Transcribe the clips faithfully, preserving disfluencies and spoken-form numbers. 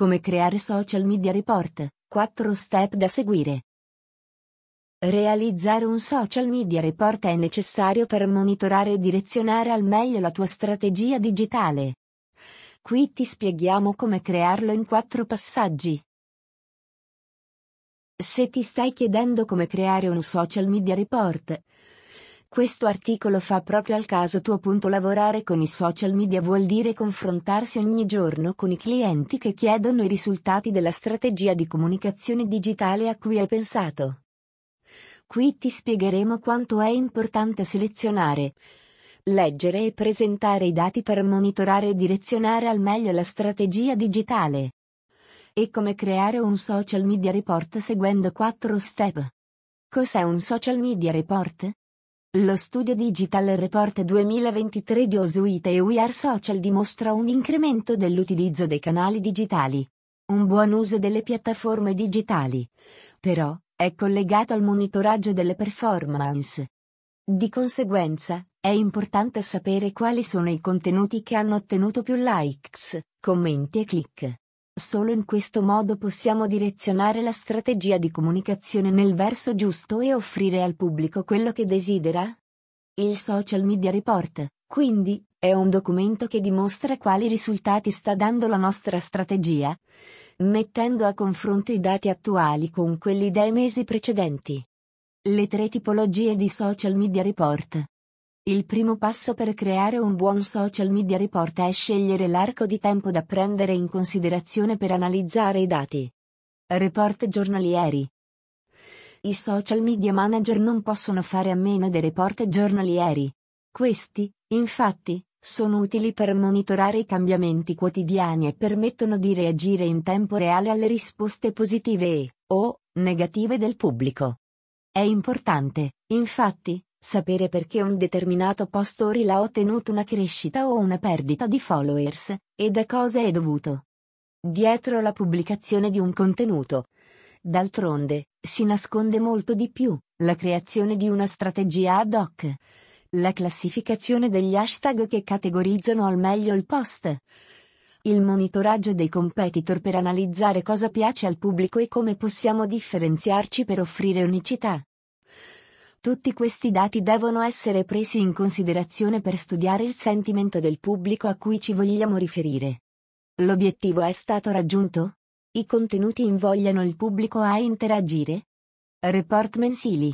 Come creare social media report, quattro step da seguire. Realizzare un social media report è necessario per monitorare e direzionare al meglio la tua strategia digitale. Qui ti spieghiamo come crearlo in quattro passaggi. Se ti stai chiedendo come creare un social media report, questo articolo fa proprio al caso tuo. Lavorare con i social media vuol dire confrontarsi ogni giorno con i clienti che chiedono i risultati della strategia di comunicazione digitale a cui hai pensato. Qui ti spiegheremo quanto è importante selezionare, leggere e presentare i dati per monitorare e direzionare al meglio la strategia digitale. E come creare un social media report seguendo quattro step. Cos'è un social media report? Lo studio Digital Report duemilaventitré di Osuite e We Are Social dimostra un incremento dell'utilizzo dei canali digitali. Un buon uso delle piattaforme digitali, però, è collegato al monitoraggio delle performance. Di conseguenza, è importante sapere quali sono i contenuti che hanno ottenuto più likes, commenti e click. Solo in questo modo possiamo direzionare la strategia di comunicazione nel verso giusto e offrire al pubblico quello che desidera. Il Social Media Report, quindi, è un documento che dimostra quali risultati sta dando la nostra strategia, mettendo a confronto i dati attuali con quelli dei mesi precedenti. Le tre tipologie di Social Media Report. Il primo passo per creare un buon social media report è scegliere l'arco di tempo da prendere in considerazione per analizzare i dati. Report giornalieri. I social media manager non possono fare a meno dei report giornalieri. Questi, infatti, sono utili per monitorare i cambiamenti quotidiani e permettono di reagire in tempo reale alle risposte positive e, o, negative del pubblico. È importante, infatti, sapere perché un determinato post o reel ha ottenuto una crescita o una perdita di followers, e da cosa è dovuto. Dietro la pubblicazione di un contenuto, d'altronde, si nasconde molto di più: la creazione di una strategia ad hoc, la classificazione degli hashtag che categorizzano al meglio il post, il monitoraggio dei competitor per analizzare cosa piace al pubblico e come possiamo differenziarci per offrire unicità. Tutti questi dati devono essere presi in considerazione per studiare il sentimento del pubblico a cui ci vogliamo riferire. L'obiettivo è stato raggiunto? I contenuti invogliano il pubblico a interagire? Report mensili.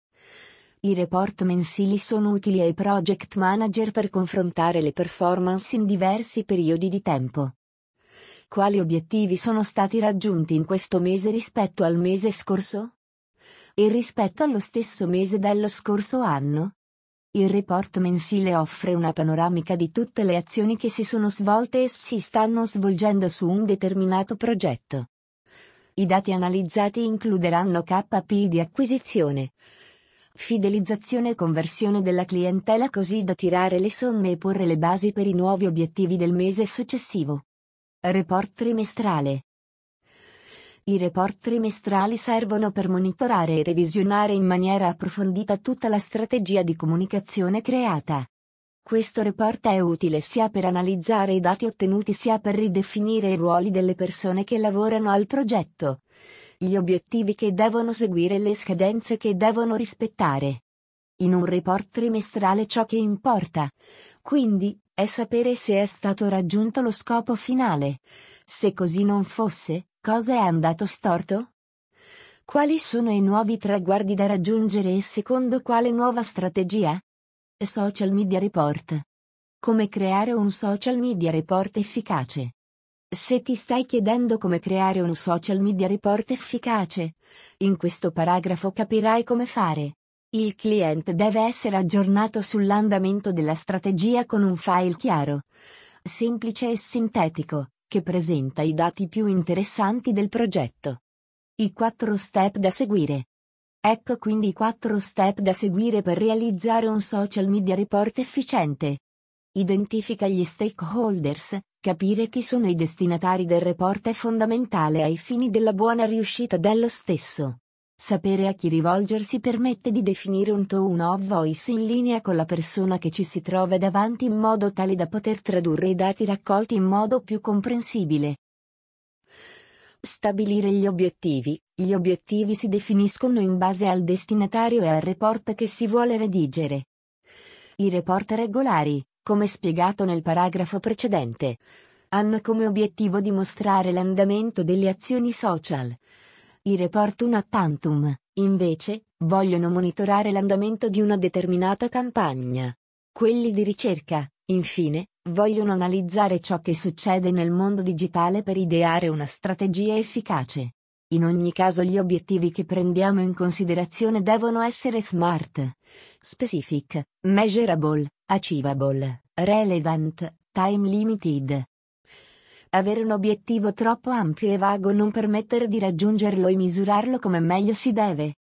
I report mensili sono utili ai project manager per confrontare le performance in diversi periodi di tempo. Quali obiettivi sono stati raggiunti in questo mese rispetto al mese scorso? E rispetto allo stesso mese dello scorso anno? Il report mensile offre una panoramica di tutte le azioni che si sono svolte e si stanno svolgendo su un determinato progetto. I dati analizzati includeranno K P I di acquisizione, fidelizzazione e conversione della clientela, così da tirare le somme e porre le basi per i nuovi obiettivi del mese successivo. Report trimestrale. I report trimestrali servono per monitorare e revisionare in maniera approfondita tutta la strategia di comunicazione creata. Questo report è utile sia per analizzare i dati ottenuti sia per ridefinire i ruoli delle persone che lavorano al progetto, gli obiettivi che devono seguire e le scadenze che devono rispettare. In un report trimestrale ciò che importa, quindi, è sapere se è stato raggiunto lo scopo finale. Se così non fosse, cosa è andato storto? Quali sono i nuovi traguardi da raggiungere e secondo quale nuova strategia? Social Media Report. Come creare un social media report efficace? Se ti stai chiedendo come creare un social media report efficace, in questo paragrafo capirai come fare. Il cliente deve essere aggiornato sull'andamento della strategia con un file chiaro, semplice e sintetico, che presenta i dati più interessanti del progetto. I quattro step da seguire. Ecco quindi i quattro step da seguire per realizzare un social media report efficiente. Identifica gli stakeholders. Capire chi sono i destinatari del report è fondamentale ai fini della buona riuscita dello stesso. Sapere a chi rivolgersi permette di definire un tone of voice in linea con la persona che ci si trova davanti in modo tale da poter tradurre i dati raccolti in modo più comprensibile. Stabilire gli obiettivi. Gli obiettivi si definiscono in base al destinatario e al report che si vuole redigere. I report regolari, come spiegato nel paragrafo precedente, hanno come obiettivo dimostrare l'andamento delle azioni social. I report una tantum, invece, vogliono monitorare l'andamento di una determinata campagna. Quelli di ricerca, infine, vogliono analizzare ciò che succede nel mondo digitale per ideare una strategia efficace. In ogni caso gli obiettivi che prendiamo in considerazione devono essere SMART, specific, measurable, achievable, relevant, time limited. Avere un obiettivo troppo ampio e vago non permettere di raggiungerlo e misurarlo come meglio si deve.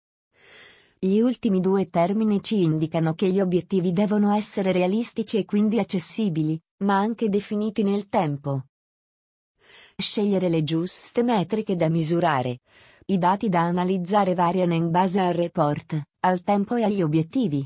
Gli ultimi due termini ci indicano che gli obiettivi devono essere realistici e quindi accessibili, ma anche definiti nel tempo. Scegliere le giuste metriche da misurare. I dati da analizzare variano in base al report, al tempo e agli obiettivi.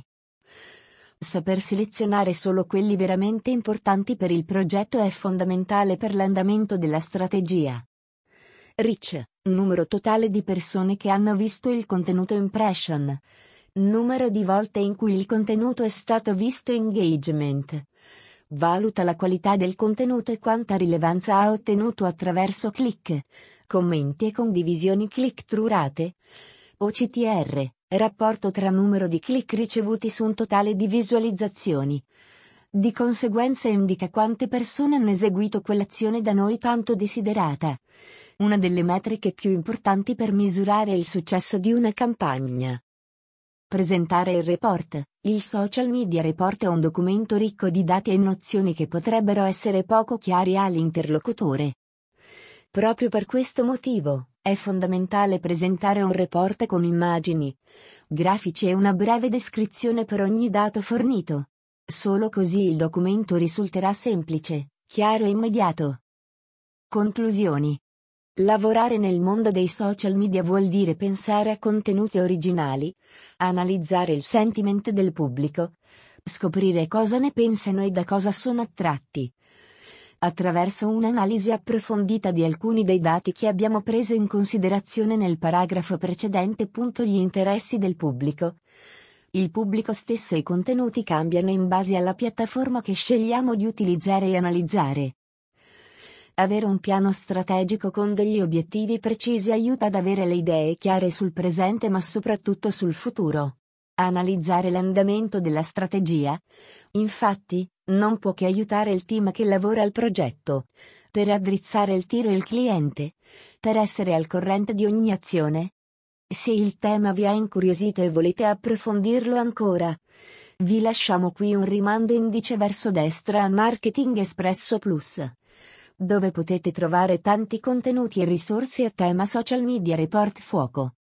Saper selezionare solo quelli veramente importanti per il progetto è fondamentale per l'andamento della strategia. Reach, numero totale di persone che hanno visto il contenuto. Impression, numero di volte in cui il contenuto è stato visto. Engagement, valuta la qualità del contenuto e quanta rilevanza ha ottenuto attraverso click, commenti e condivisioni. Click-through rate. O C T R, rapporto tra numero di click ricevuti su un totale di visualizzazioni. Di conseguenza indica quante persone hanno eseguito quell'azione da noi tanto desiderata. Una delle metriche più importanti per misurare il successo di una campagna. Presentare il report. Il social media report è un documento ricco di dati e nozioni che potrebbero essere poco chiari all'interlocutore. Proprio per questo motivo, è fondamentale presentare un report con immagini, grafici e una breve descrizione per ogni dato fornito. Solo così il documento risulterà semplice, chiaro e immediato. Conclusioni. Lavorare nel mondo dei social media vuol dire pensare a contenuti originali, analizzare il sentiment del pubblico, scoprire cosa ne pensano e da cosa sono attratti. Attraverso un'analisi approfondita di alcuni dei dati che abbiamo preso in considerazione nel paragrafo precedente. Gli interessi del pubblico. Il pubblico stesso e i contenuti cambiano in base alla piattaforma che scegliamo di utilizzare e analizzare. Avere un piano strategico con degli obiettivi precisi aiuta ad avere le idee chiare sul presente ma soprattutto sul futuro. Analizzare l'andamento della strategia, infatti, non può che aiutare il team che lavora al progetto, per raddrizzare il tiro e il cliente, per essere al corrente di ogni azione. Se il tema vi ha incuriosito e volete approfondirlo ancora, vi lasciamo qui un rimando indice verso destra a Marketing Espresso Plus, dove potete trovare tanti contenuti e risorse a tema social media report fuoco.